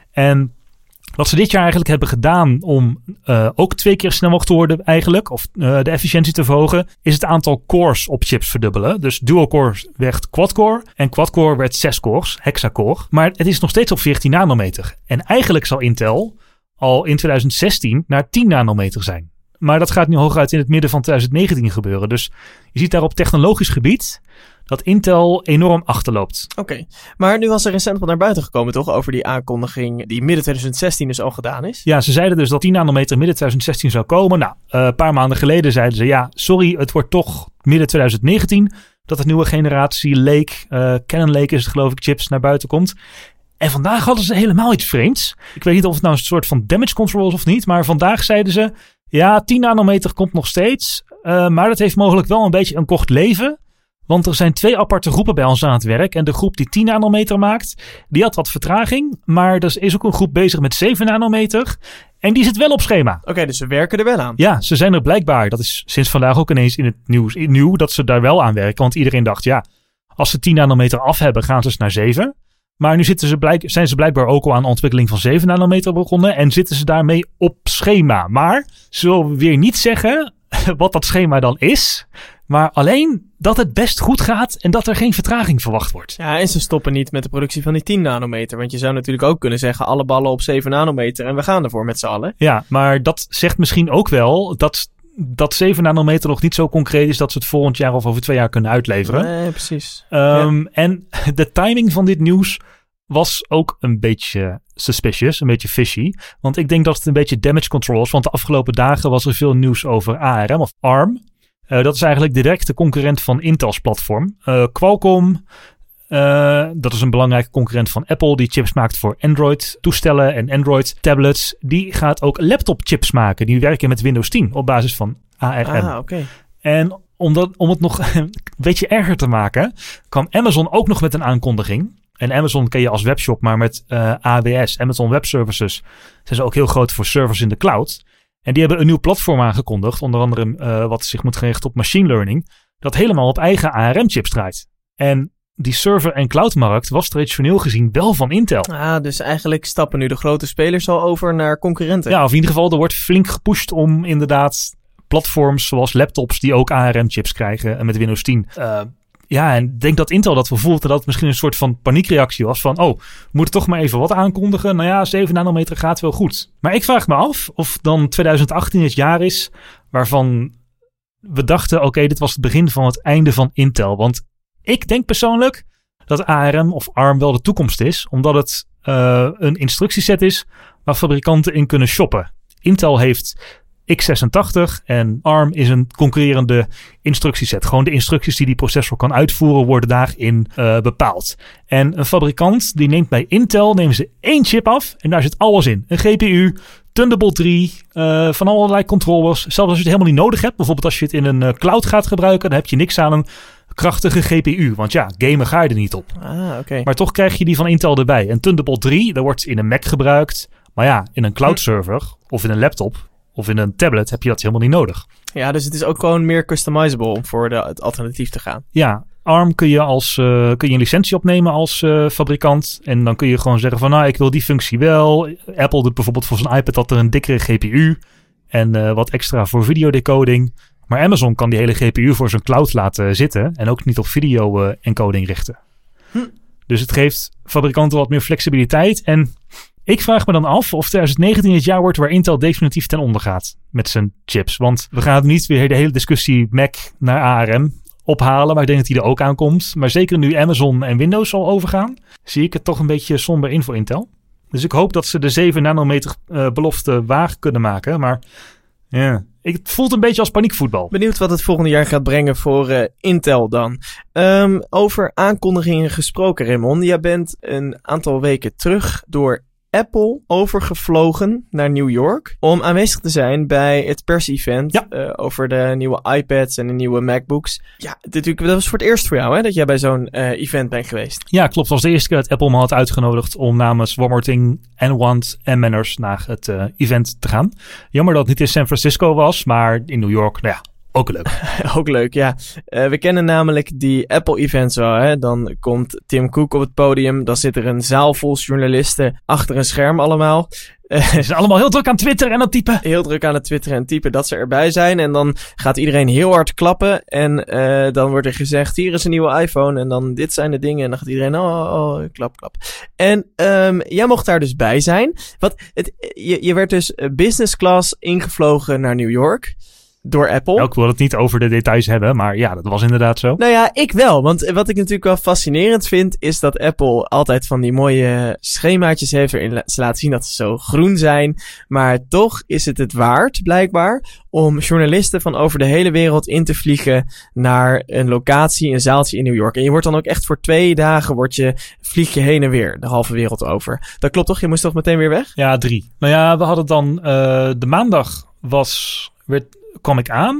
En wat ze dit jaar eigenlijk hebben gedaan om uh, ook twee keer snel te worden eigenlijk, of uh, de efficiëntie te verhogen, is het aantal cores op chips verdubbelen. Dus dual-core werd quad-core en quad-core werd zes cores, hexacore. Maar het is nog steeds op veertien nanometer. En eigenlijk zal Intel al in twintig zestien naar tien nanometer zijn. Maar dat gaat nu hooguit in het midden van twintig negentien gebeuren. Dus je ziet daar op technologisch gebied dat Intel enorm achterloopt. Oké, okay. Maar nu was er recent wat naar buiten gekomen toch over die aankondiging die midden twintig zestien dus al gedaan is? Ja, ze zeiden dus dat tien nanometer midden twintig zestien zou komen. Nou, uh, een paar maanden geleden zeiden ze ja, sorry, het wordt toch midden twintig negentien dat de nieuwe generatie Lake, uh, Cannon Lake is het geloof ik, chips naar buiten komt. En vandaag hadden ze helemaal iets vreemds. Ik weet niet of het nou een soort van damage control is of niet, maar vandaag zeiden ze ja, tien nanometer komt nog steeds, uh, maar dat heeft mogelijk wel een beetje een kort leven. Want er zijn twee aparte groepen bij ons aan het werk. En de groep die tien nanometer maakt, die had wat vertraging. Maar er is ook een groep bezig met zeven nanometer. En die zit wel op schema. Oké, okay, dus ze werken er wel aan. Ja, ze zijn er blijkbaar. Dat is sinds vandaag ook ineens in het nieuws nieuw dat ze daar wel aan werken. Want iedereen dacht, ja, als ze tien nanometer af hebben, gaan ze dus naar zeven. Maar nu zitten ze blijk, zijn ze blijkbaar ook al aan de ontwikkeling van zeven nanometer begonnen. En zitten ze daarmee op schema. Maar ze willen weer niet zeggen wat dat schema dan is. Maar alleen dat het best goed gaat en dat er geen vertraging verwacht wordt. Ja, en ze stoppen niet met de productie van die tien nanometer. Want je zou natuurlijk ook kunnen zeggen, alle ballen op zeven nanometer en we gaan ervoor met z'n allen. Ja, maar dat zegt misschien ook wel dat, dat zeven nanometer nog niet zo concreet is dat ze het volgend jaar of over twee jaar kunnen uitleveren. Nee, precies. Um, ja. En de timing van dit nieuws was ook een beetje suspicious, een beetje fishy. Want ik denk dat het een beetje damage control was. Want de afgelopen dagen was er veel nieuws over A R M of A R M. Uh, dat is eigenlijk direct de concurrent van Intel's platform. Uh, Qualcomm, uh, dat is een belangrijke concurrent van Apple, die chips maakt voor Android-toestellen en Android-tablets. Die gaat ook laptop-chips maken. Die werken met Windows tien op basis van A R M. Ah, oké. Okay. En om, dat, om het nog een beetje erger te maken, kwam Amazon ook nog met een aankondiging. En Amazon ken je als webshop, maar met uh, A W S, Amazon Web Services, zijn ze ook heel groot voor servers in de cloud. En die hebben een nieuw platform aangekondigd, onder andere uh, wat zich moet gericht op machine learning, dat helemaal op eigen A R M-chips draait. En die server- en cloudmarkt was traditioneel gezien wel van Intel. Ah, dus eigenlijk stappen nu de grote spelers al over naar concurrenten. Ja, of in ieder geval, er wordt flink gepusht om inderdaad platforms zoals laptops die ook A R M-chips krijgen en met Windows tien. Uh, ja, en ik denk dat Intel dat gevoeld dat het misschien een soort van paniekreactie was van, oh, we moeten toch maar even wat aankondigen. Nou ja, zeven nanometer gaat wel goed. Maar ik vraag me af of dan twintig achttien het jaar is waarvan we dachten, oké, okay, dit was het begin van het einde van Intel. Want ik denk persoonlijk dat A R M of A R M wel de toekomst is, omdat het uh, een instructieset is waar fabrikanten in kunnen shoppen. Intel heeft x zesentachtig en A R M is een concurrerende instructieset. Gewoon de instructies die die processor kan uitvoeren worden daarin uh, bepaald. En een fabrikant die neemt bij Intel, nemen ze één chip af en daar zit alles in. Een G P U, Thunderbolt drie, uh, van allerlei controllers. Zelfs als je het helemaal niet nodig hebt. Bijvoorbeeld als je het in een uh, cloud gaat gebruiken, dan heb je niks aan een krachtige G P U. Want ja, gamen ga je er niet op. Ah, okay. Maar toch krijg je die van Intel erbij. En Thunderbolt drie, dat wordt in een Mac gebruikt. Maar ja, in een cloud server of in een laptop of in een tablet heb je dat helemaal niet nodig. Ja, dus het is ook gewoon meer customizable om voor de, het alternatief te gaan. Ja, A R M kun je, als, uh, kun je een licentie opnemen als uh, fabrikant. En dan kun je gewoon zeggen van, nou, ik wil die functie wel. Apple doet bijvoorbeeld voor zijn iPad dat er een dikkere G P U en uh, wat extra voor videodecoding. Maar Amazon kan die hele G P U voor zijn cloud laten zitten en ook niet op video uh, encoding richten. Hm. Dus het geeft fabrikanten wat meer flexibiliteit. En ik vraag me dan af of twintig negentien het jaar wordt waar Intel definitief ten onder gaat met zijn chips. Want we gaan niet weer de hele discussie Mac naar A R M ophalen, maar ik denk dat die er ook aankomt. Maar zeker nu Amazon en Windows zal overgaan, zie ik het toch een beetje somber in voor Intel. Dus ik hoop dat ze de zeven nanometer uh, belofte waar kunnen maken. Maar ja, yeah. Het voelt een beetje als paniekvoetbal. Benieuwd wat het volgende jaar gaat brengen voor uh, Intel dan. Um, over aankondigingen gesproken, Raymond. Jij bent een aantal weken terug door Apple overgevlogen naar New York om aanwezig te zijn bij het pers-event ja. uh, over de nieuwe iPads en de nieuwe MacBooks. Ja, dit, dat was voor het eerst voor jou, hè, dat jij bij zo'n uh, event bent geweest. Ja, klopt. Het was de eerste keer dat Apple me had uitgenodigd om namens One More Thing en Want en Manners naar het uh, event te gaan. Jammer dat het niet in San Francisco was, maar in New York, nou ja, ook leuk. Ook leuk, ja. Uh, we kennen namelijk die Apple-events wel, hè. Dan komt Tim Cook op het podium. Dan zit er een zaal vol journalisten achter een scherm allemaal. Uh, Ze zijn allemaal heel druk aan Twitter en aan typen. Heel druk aan het twitteren en typen dat ze erbij zijn. En dan gaat iedereen heel hard klappen. En uh, dan wordt er gezegd, hier is een nieuwe iPhone. En dan dit zijn de dingen. En dan gaat iedereen, oh, oh, oh klap, klap. En um, jij mocht daar dus bij zijn. Wat, het, je, je werd dus business class ingevlogen naar New York. Door Apple. Nou, ik wil het niet over de details hebben, maar ja, dat was inderdaad zo. Nou ja, ik wel. Want wat ik natuurlijk wel fascinerend vind, is dat Apple altijd van die mooie schemaatjes heeft waarin ze laten zien dat ze zo groen zijn. Maar toch is het het waard, blijkbaar, om journalisten van over de hele wereld in te vliegen naar een locatie, een zaaltje in New York. En je wordt dan ook echt voor twee dagen, word je, vlieg je heen en weer, de halve wereld over. Dat klopt toch? Je moest toch meteen weer weg? Ja, drie. Nou ja, we hadden dan, uh, de maandag was, werd... kwam ik aan.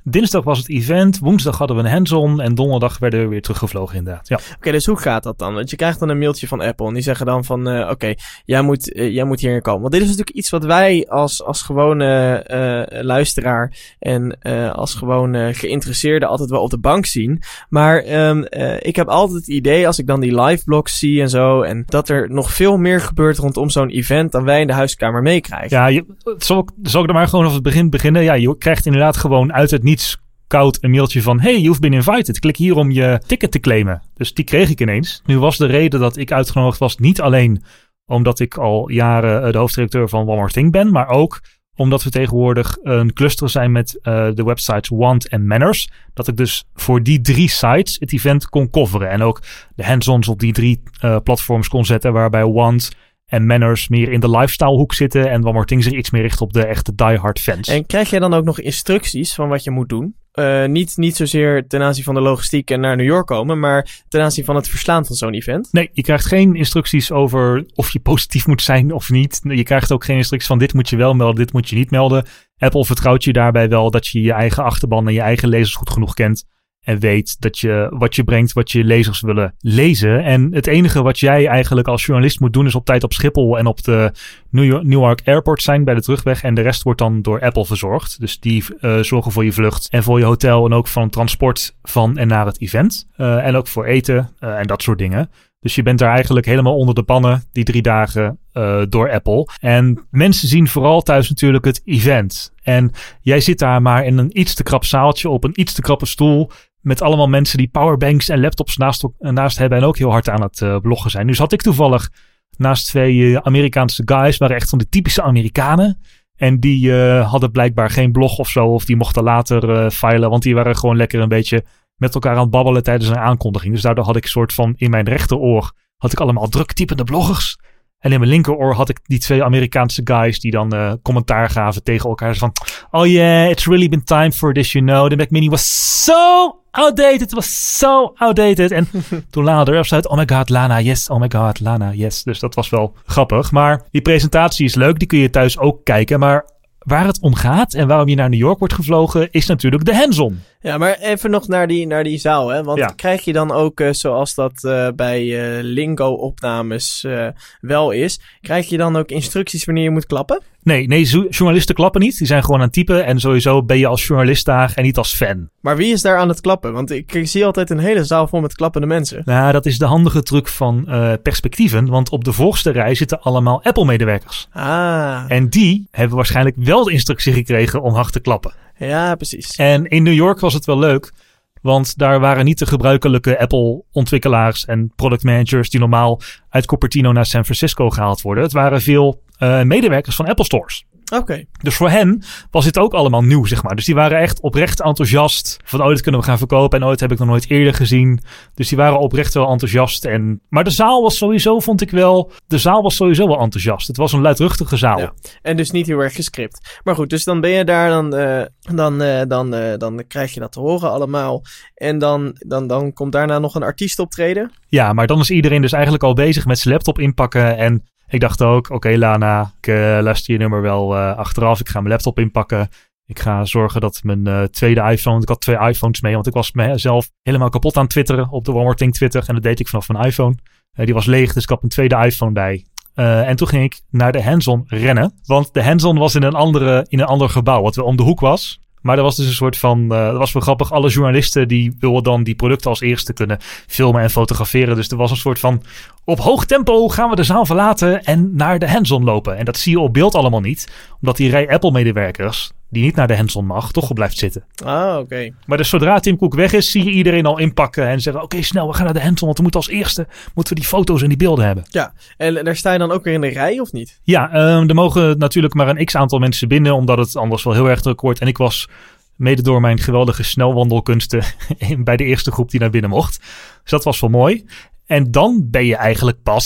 Dinsdag was het event, woensdag hadden we een hands-on en donderdag werden we weer teruggevlogen inderdaad. Ja. Oké, okay, dus hoe gaat dat dan? Want je krijgt dan een mailtje van Apple en die zeggen dan van, uh, oké, okay, jij moet, uh, jij moet hierin komen. Want dit is natuurlijk iets wat wij als, als gewone uh, luisteraar en uh, als gewone geïnteresseerde altijd wel op de bank zien. Maar um, uh, ik heb altijd het idee, als ik dan die live blogs zie en zo, en dat er nog veel meer gebeurt rondom zo'n event dan wij in de huiskamer meekrijgen. Ja, je, zal, ik, zal ik er maar gewoon over het begin beginnen? Ja, je krijgt inderdaad gewoon uit het niets koud een mailtje van, hey, you've been invited. Klik hier om je ticket te claimen. Dus die kreeg ik ineens. Nu was de reden dat ik uitgenodigd was niet alleen omdat ik al jaren de hoofdredacteur van One More Thing ben, maar ook omdat we tegenwoordig een cluster zijn met uh, de websites Want en Manners. Dat ik dus voor die drie sites het event kon coveren. En ook de hands-ons op die drie uh, platforms kon zetten, waarbij Want en Manners meer in de lifestyle hoek zitten en One More Thing zich iets meer richt op de echte diehard fans. En krijg jij dan ook nog instructies van wat je moet doen? Uh, niet, niet zozeer ten aanzien van de logistiek en naar New York komen, maar ten aanzien van het verslaan van zo'n event? Nee, je krijgt geen instructies over of je positief moet zijn of niet. Je krijgt ook geen instructies van dit moet je wel melden, dit moet je niet melden. Apple vertrouwt je daarbij wel dat je je eigen achterban en je eigen lezers goed genoeg kent. En weet dat je wat je brengt, wat je lezers willen lezen. En het enige wat jij eigenlijk als journalist moet doen is op tijd op Schiphol en op de New York, Newark Airport zijn bij de terugweg. En de rest wordt dan door Apple verzorgd. Dus die uh, zorgen voor je vlucht en voor je hotel en ook van transport van en naar het event. Uh, en ook voor eten uh, en dat soort dingen. Dus je bent daar eigenlijk helemaal onder de pannen die drie dagen uh, door Apple. En mensen zien vooral thuis natuurlijk het event. En jij zit daar maar in een iets te krap zaaltje op een iets te krappe stoel met allemaal mensen die powerbanks en laptops naast, naast hebben en ook heel hard aan het uh, bloggen zijn. Nu zat ik toevallig naast twee uh, Amerikaanse guys, waren echt van de typische Amerikanen. En die uh, hadden blijkbaar geen blog of zo, of die mochten later uh, filen, want die waren gewoon lekker een beetje met elkaar aan het babbelen tijdens een aankondiging. Dus daardoor had ik een soort van in mijn rechteroor had ik allemaal druk typende bloggers. En in mijn linkeroor had ik die twee Amerikaanse guys die dan uh, commentaar gaven tegen elkaar. Van, oh yeah, it's really been time for this, you know. The Mac Mini was so outdated. It was so outdated. En toen Lana erop zei, oh my god, Lana, yes. Oh my god, Lana, yes. Dus dat was wel grappig. Maar die presentatie is leuk. Die kun je thuis ook kijken. Maar waar het om gaat en waarom je naar New York wordt gevlogen is natuurlijk de hands-on. Ja, maar even nog naar die, naar die zaal, hè? Want ja. Krijg je dan ook, uh, zoals dat uh, bij uh, Lingo-opnames uh, wel is, krijg je dan ook instructies wanneer je moet klappen? Nee, nee, journalisten klappen niet. Die zijn gewoon aan het typen en sowieso ben je als journalist daar en niet als fan. Maar wie is daar aan het klappen? Want ik, ik zie altijd een hele zaal vol met klappende mensen. Nou, dat is de handige truc van uh, perspectieven, want op de voorste rij zitten allemaal Apple-medewerkers. Ah. En die hebben waarschijnlijk wel de instructie gekregen om hard te klappen. Ja, precies. En in New York was het wel leuk, want daar waren niet de gebruikelijke Apple-ontwikkelaars en productmanagers die normaal uit Cupertino naar San Francisco gehaald worden. Het waren veel uh, medewerkers van Apple Stores. Oké. Okay. Dus voor hen was dit ook allemaal nieuw, zeg maar. Dus die waren echt oprecht enthousiast. Van, oh, dit kunnen we gaan verkopen. En ooit heb ik nog nooit eerder gezien. Dus die waren oprecht wel enthousiast. En, maar de zaal was sowieso, vond ik wel... De zaal was sowieso wel enthousiast. Het was een luidruchtige zaal. Ja. En dus niet heel erg gescript. Maar goed, dus dan ben je daar, dan, uh, dan, uh, dan, uh, dan krijg je dat te horen allemaal. En dan, dan, dan komt daarna nog een artiest optreden. Ja, maar dan is iedereen dus eigenlijk al bezig met zijn laptop inpakken. En ik dacht ook, oké okay, Lana, ik uh, luister je nummer wel uh, achteraf. Ik ga mijn laptop inpakken. Ik ga zorgen dat mijn uh, tweede iPhone... Ik had twee iPhones mee, want ik was mezelf helemaal kapot aan twitteren op de One More Thing Twitter. En dat deed ik vanaf mijn iPhone. Uh, die was leeg, dus ik had mijn tweede iPhone bij. Uh, en toen ging ik naar de hands-on rennen. Want de hands-on was in een, andere, in een ander gebouw, wat wel om de hoek was. Maar er was dus een soort van, uh, dat was wel grappig, alle journalisten die wilden dan die producten als eerste kunnen filmen en fotograferen. Dus er was een soort van, op hoog tempo gaan we de zaal verlaten en naar de hands-on lopen. En dat zie je op beeld allemaal niet, omdat die rij Apple-medewerkers, die niet naar de hands-on mag, toch wel blijft zitten. Ah, oké. Okay. Maar dus zodra Tim Cook weg is, zie je iedereen al inpakken en zeggen, oké, okay, snel, we gaan naar de hands-on, want we moeten als eerste, moeten we die foto's en die beelden hebben. Ja, en daar sta je dan ook weer in de rij, of niet? Ja, um, er mogen natuurlijk maar een x-aantal mensen binnen, omdat het anders wel heel erg druk wordt. En ik was mede door mijn geweldige snelwandelkunsten bij de eerste groep die naar binnen mocht. Dus dat was wel mooi. En dan ben je eigenlijk pas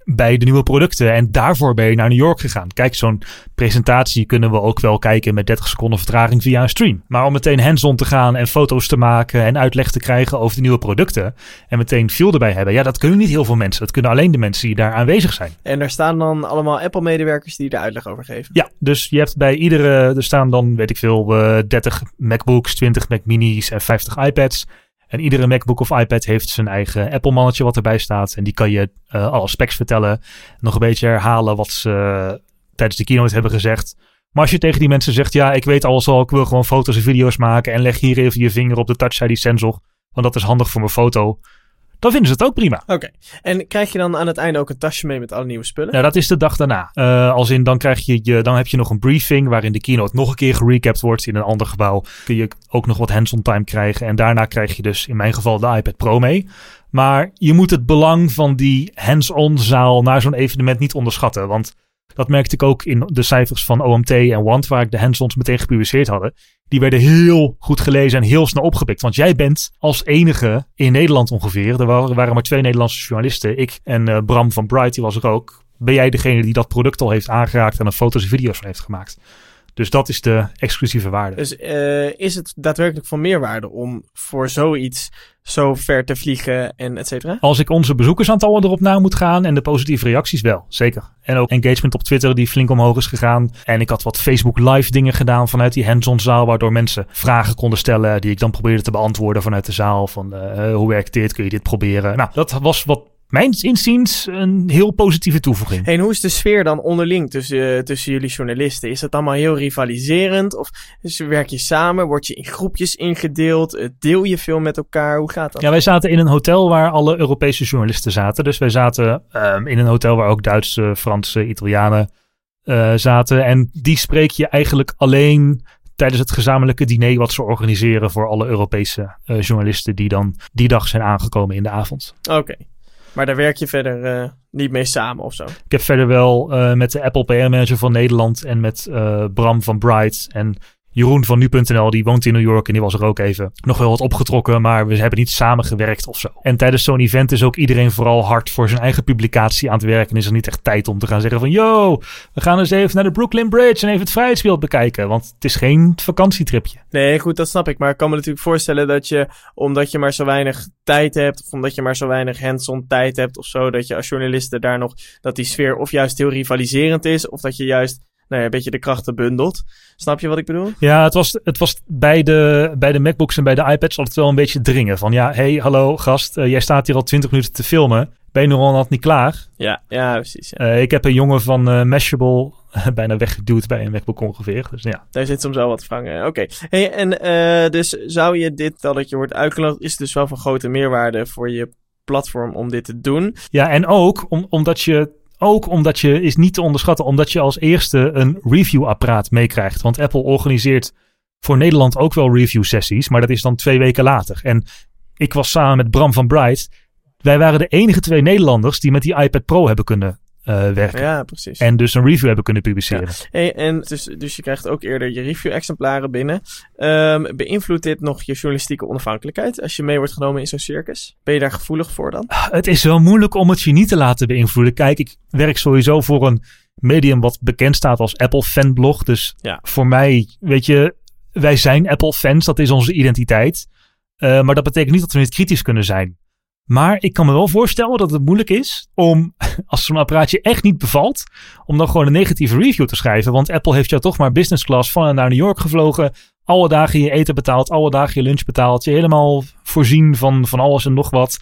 bij de nieuwe producten. En daarvoor ben je naar New York gegaan. Kijk, zo'n presentatie kunnen we ook wel kijken met dertig seconden vertraging via een stream. Maar om meteen hands-on te gaan en foto's te maken en uitleg te krijgen over de nieuwe producten en meteen feel erbij hebben. Ja, dat kunnen niet heel veel mensen. Dat kunnen alleen de mensen die daar aanwezig zijn. En daar staan dan allemaal Apple-medewerkers die er uitleg over geven? Ja, dus je hebt bij iedere, er staan dan, weet ik veel, uh, dertig MacBooks, twintig Mac Minis en vijftig iPads. En iedere MacBook of iPad heeft zijn eigen Apple-mannetje wat erbij staat. En die kan je uh, alle specs vertellen. Nog een beetje herhalen wat ze uh, tijdens de keynote hebben gezegd. Maar als je tegen die mensen zegt, ja, ik weet alles al. Ik wil gewoon foto's en video's maken. En leg hier even je vinger op de Touch I D sensor. Want dat is handig voor mijn foto. Dan vinden ze het ook prima. Oké. Okay. En krijg je dan aan het einde ook een tasje mee met alle nieuwe spullen? Nou, dat is de dag daarna. Uh, als in, dan krijg je, je, dan heb je nog een briefing waarin de keynote nog een keer gerecapt wordt in een ander gebouw. Kun je ook nog wat hands-on time krijgen. En daarna krijg je dus in mijn geval de iPad Pro mee. Maar je moet het belang van die hands-on zaal naar zo'n evenement niet onderschatten. Want dat merkte ik ook in de cijfers van O M T en Want, waar ik de hands-ons meteen gepubliceerd hadden. Die werden heel goed gelezen en heel snel opgepikt. Want jij bent als enige in Nederland ongeveer. Er waren, waren maar twee Nederlandse journalisten. Ik en uh, Bram van Bright, die was er ook. Ben jij degene die dat product al heeft aangeraakt en er foto's en video's van heeft gemaakt. Dus dat is de exclusieve waarde. Dus uh, is het daadwerkelijk van meerwaarde om voor zoiets zo ver te vliegen en et cetera? Als ik onze bezoekersaantallen erop na moet gaan en de positieve reacties wel, zeker. En ook engagement op Twitter die flink omhoog is gegaan. En ik had wat Facebook live dingen gedaan vanuit die hands-on zaal, waardoor mensen vragen konden stellen die ik dan probeerde te beantwoorden vanuit de zaal. Van uh, hoe werkt dit? Kun je dit proberen? Nou, dat was wat mijn inziens een heel positieve toevoeging. Hey, en hoe is de sfeer dan onderling tussen, uh, tussen jullie journalisten? Is dat allemaal heel rivaliserend? Of dus werk je samen? Word je in groepjes ingedeeld? Uh, deel je veel met elkaar? Hoe gaat dat? Ja, wij zaten in een hotel waar alle Europese journalisten zaten. Dus wij zaten um, in een hotel waar ook Duitse, Franse, Italianen uh, zaten. En die spreek je eigenlijk alleen tijdens het gezamenlijke diner wat ze organiseren voor alle Europese uh, journalisten die dan die dag zijn aangekomen in de avond. Oké. Okay. Maar daar werk je verder uh, niet mee samen of zo? Ik heb verder wel uh, met de Apple P R-manager van Nederland en met uh, Bram van Bright en Jeroen van nu punt n l, die woont in New York en die was er ook even, nog wel wat opgetrokken, maar we hebben niet samengewerkt of zo. En tijdens zo'n event is ook iedereen vooral hard voor zijn eigen publicatie aan het werken. En is er niet echt tijd om te gaan zeggen van, yo, we gaan eens even naar de Brooklyn Bridge en even het Vrijheidsbeeld bekijken. Want het is geen vakantietripje. Nee, goed, dat snap ik. Maar ik kan me natuurlijk voorstellen dat je, omdat je maar zo weinig tijd hebt, of omdat je maar zo weinig hands-on tijd hebt of zo, dat je als journaliste daar nog, dat die sfeer of juist heel rivaliserend is, of dat je juist nou ja, een beetje de krachten bundelt. Snap je wat ik bedoel? Ja, het was, het was bij, de, bij de MacBooks en bij de iPads altijd wel een beetje dringen. Van ja, hey, hallo gast, uh, jij staat hier al twintig minuten te filmen. Ben je nog al niet klaar? Ja, ja precies. Ja. Uh, ik heb een jongen van uh, Mashable uh, bijna weggeduwd bij een MacBook ongeveer. Dus ja. Daar zit soms wel wat vangen. Oké. Okay. Hey, en uh, dus zou je dit, dat je wordt uitgenodigd, is het dus wel van grote meerwaarde voor je platform om dit te doen? Ja, en ook om, omdat je Ook omdat je, is niet te onderschatten, omdat je als eerste een review-apparaat meekrijgt. Want Apple organiseert voor Nederland ook wel review-sessies, maar dat is dan twee weken later. En ik was samen met Bram van Bright. Wij waren de enige twee Nederlanders die met die iPad Pro hebben kunnen uh, werken. Ja, precies. En dus een review hebben kunnen publiceren. Ja. Hey, en dus, dus je krijgt ook eerder je review-exemplaren binnen. Um, beïnvloedt dit nog je journalistieke onafhankelijkheid als je mee wordt genomen in zo'n circus? Ben je daar gevoelig voor dan? Het is wel moeilijk om het je niet te laten beïnvloeden. Kijk, ik werk sowieso voor een medium wat bekend staat als Apple Fanblog. Dus ja. Voor mij, weet je, wij zijn Apple fans. Dat is onze identiteit. Uh, maar dat betekent niet dat we niet kritisch kunnen zijn. Maar ik kan me wel voorstellen dat het moeilijk is om, als zo'n apparaatje echt niet bevalt, om dan gewoon een negatieve review te schrijven. Want Apple heeft jou toch maar business class van en naar New York gevlogen. Alle dagen je eten betaald, alle dagen je lunch betaald. Je helemaal voorzien van, van alles en nog wat.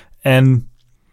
En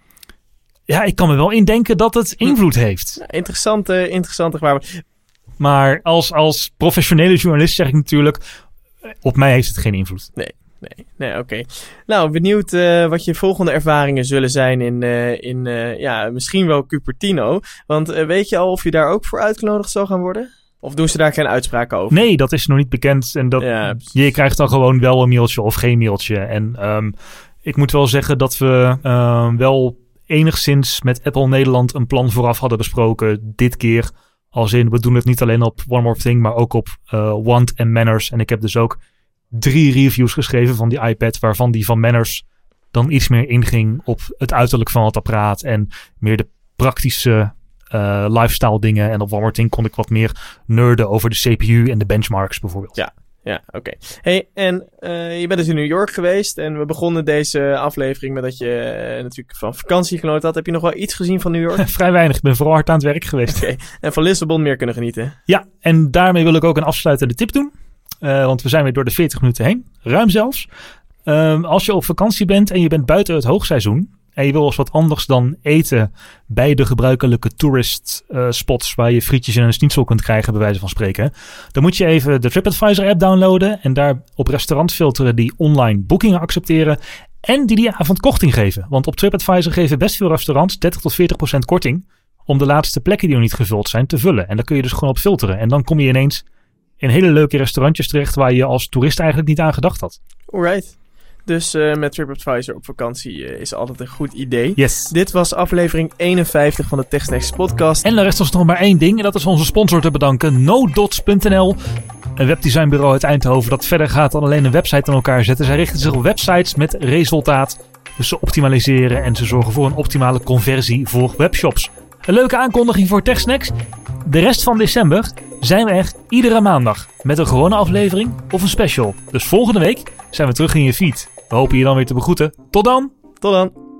ja, ik kan me wel indenken dat het invloed heeft. Ja, interessante, interessante gewaar. Maar als, als professionele journalist zeg ik natuurlijk, op mij heeft het geen invloed. Nee. Nee, nee oké. Okay. Nou, benieuwd uh, wat je volgende ervaringen zullen zijn in, uh, in uh, ja, misschien wel Cupertino. Want uh, weet je al of je daar ook voor uitgenodigd zal gaan worden? Of doen ze daar geen uitspraken over? Nee, dat is nog niet bekend. En dat, ja, je krijgt dan gewoon wel een mailtje of geen mailtje. En um, ik moet wel zeggen dat we uh, wel enigszins met Apple Nederland een plan vooraf hadden besproken. Dit keer als in, we doen het niet alleen op One More Thing, maar ook op uh, Want en Manners. En ik heb dus ook drie reviews geschreven van die iPad, waarvan die van Manners dan iets meer inging op het uiterlijk van het apparaat en meer de praktische uh, lifestyle dingen. En op One More Thing kon ik wat meer nerden over de C P U en de benchmarks bijvoorbeeld. Ja. Ja, oké. Okay. Hey, en uh, je bent dus in New York geweest en we begonnen deze aflevering met dat je uh, natuurlijk van vakantie genoten had. Heb je nog wel iets gezien van New York? Vrij weinig. Ik ben vooral hard aan het werk geweest. Oké. Okay. En van Lissabon meer kunnen genieten? Ja, en daarmee wil ik ook een afsluitende tip doen. Uh, want we zijn weer door de veertig minuten heen. Ruim zelfs. Um, als je op vakantie bent en je bent buiten het hoogseizoen en je wil eens wat anders dan eten bij de gebruikelijke tourist uh, spots waar je frietjes en een schnitzel kunt krijgen, bij wijze van spreken, dan moet je even de TripAdvisor app downloaden en daar op restaurant filteren die online boekingen accepteren en die die avond korting geven. Want op TripAdvisor geven best veel restaurants dertig tot veertig procent korting om de laatste plekken die nog niet gevuld zijn te vullen. En daar kun je dus gewoon op filteren. En dan kom je ineens in hele leuke restaurantjes terecht waar je als toerist eigenlijk niet aan gedacht had. Alright. Dus uh, met TripAdvisor op vakantie uh, is altijd een goed idee. Yes. Dit was aflevering eenenvijftig van de TechSnacks podcast. En dan rest ons nog maar één ding. En dat is onze sponsor te bedanken. NoDots punt n l. Een webdesignbureau uit Eindhoven dat verder gaat dan alleen een website aan elkaar zetten. Zij richten zich op websites met resultaat. Dus ze optimaliseren en ze zorgen voor een optimale conversie voor webshops. Een leuke aankondiging voor TechSnacks. De rest van december zijn we echt iedere maandag met een gewone aflevering of een special. Dus volgende week zijn we terug in je feed. We hopen je dan weer te begroeten. Tot dan! Tot dan!